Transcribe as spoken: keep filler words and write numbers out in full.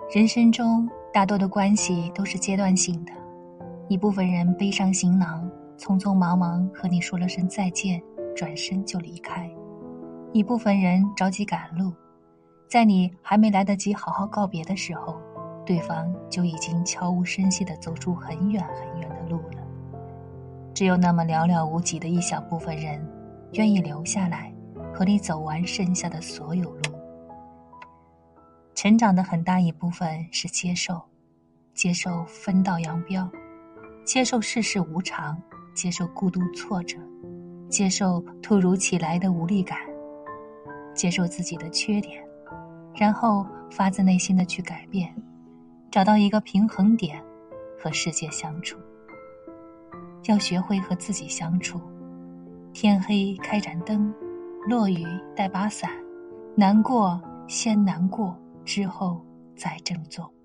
人生中大多的关系都是阶段性的，一部分人背上行囊，匆匆忙忙和你说了声再见，转身就离开；一部分人着急赶路，在你还没来得及好好告别的时候，对方就已经悄无声息地走出很远很远的路了。只有那么寥寥无几的一小部分人，愿意留下来，和你走完剩下的所有路。成长的很大一部分是接受，接受分道扬镳，接受世事无常，接受孤独挫折，接受突如其来的无力感，接受自己的缺点，然后发自内心的去改变，找到一个平衡点，和世界相处。要学会和自己相处，天黑开盏灯，落雨带把伞，难过先难过，之后再振作。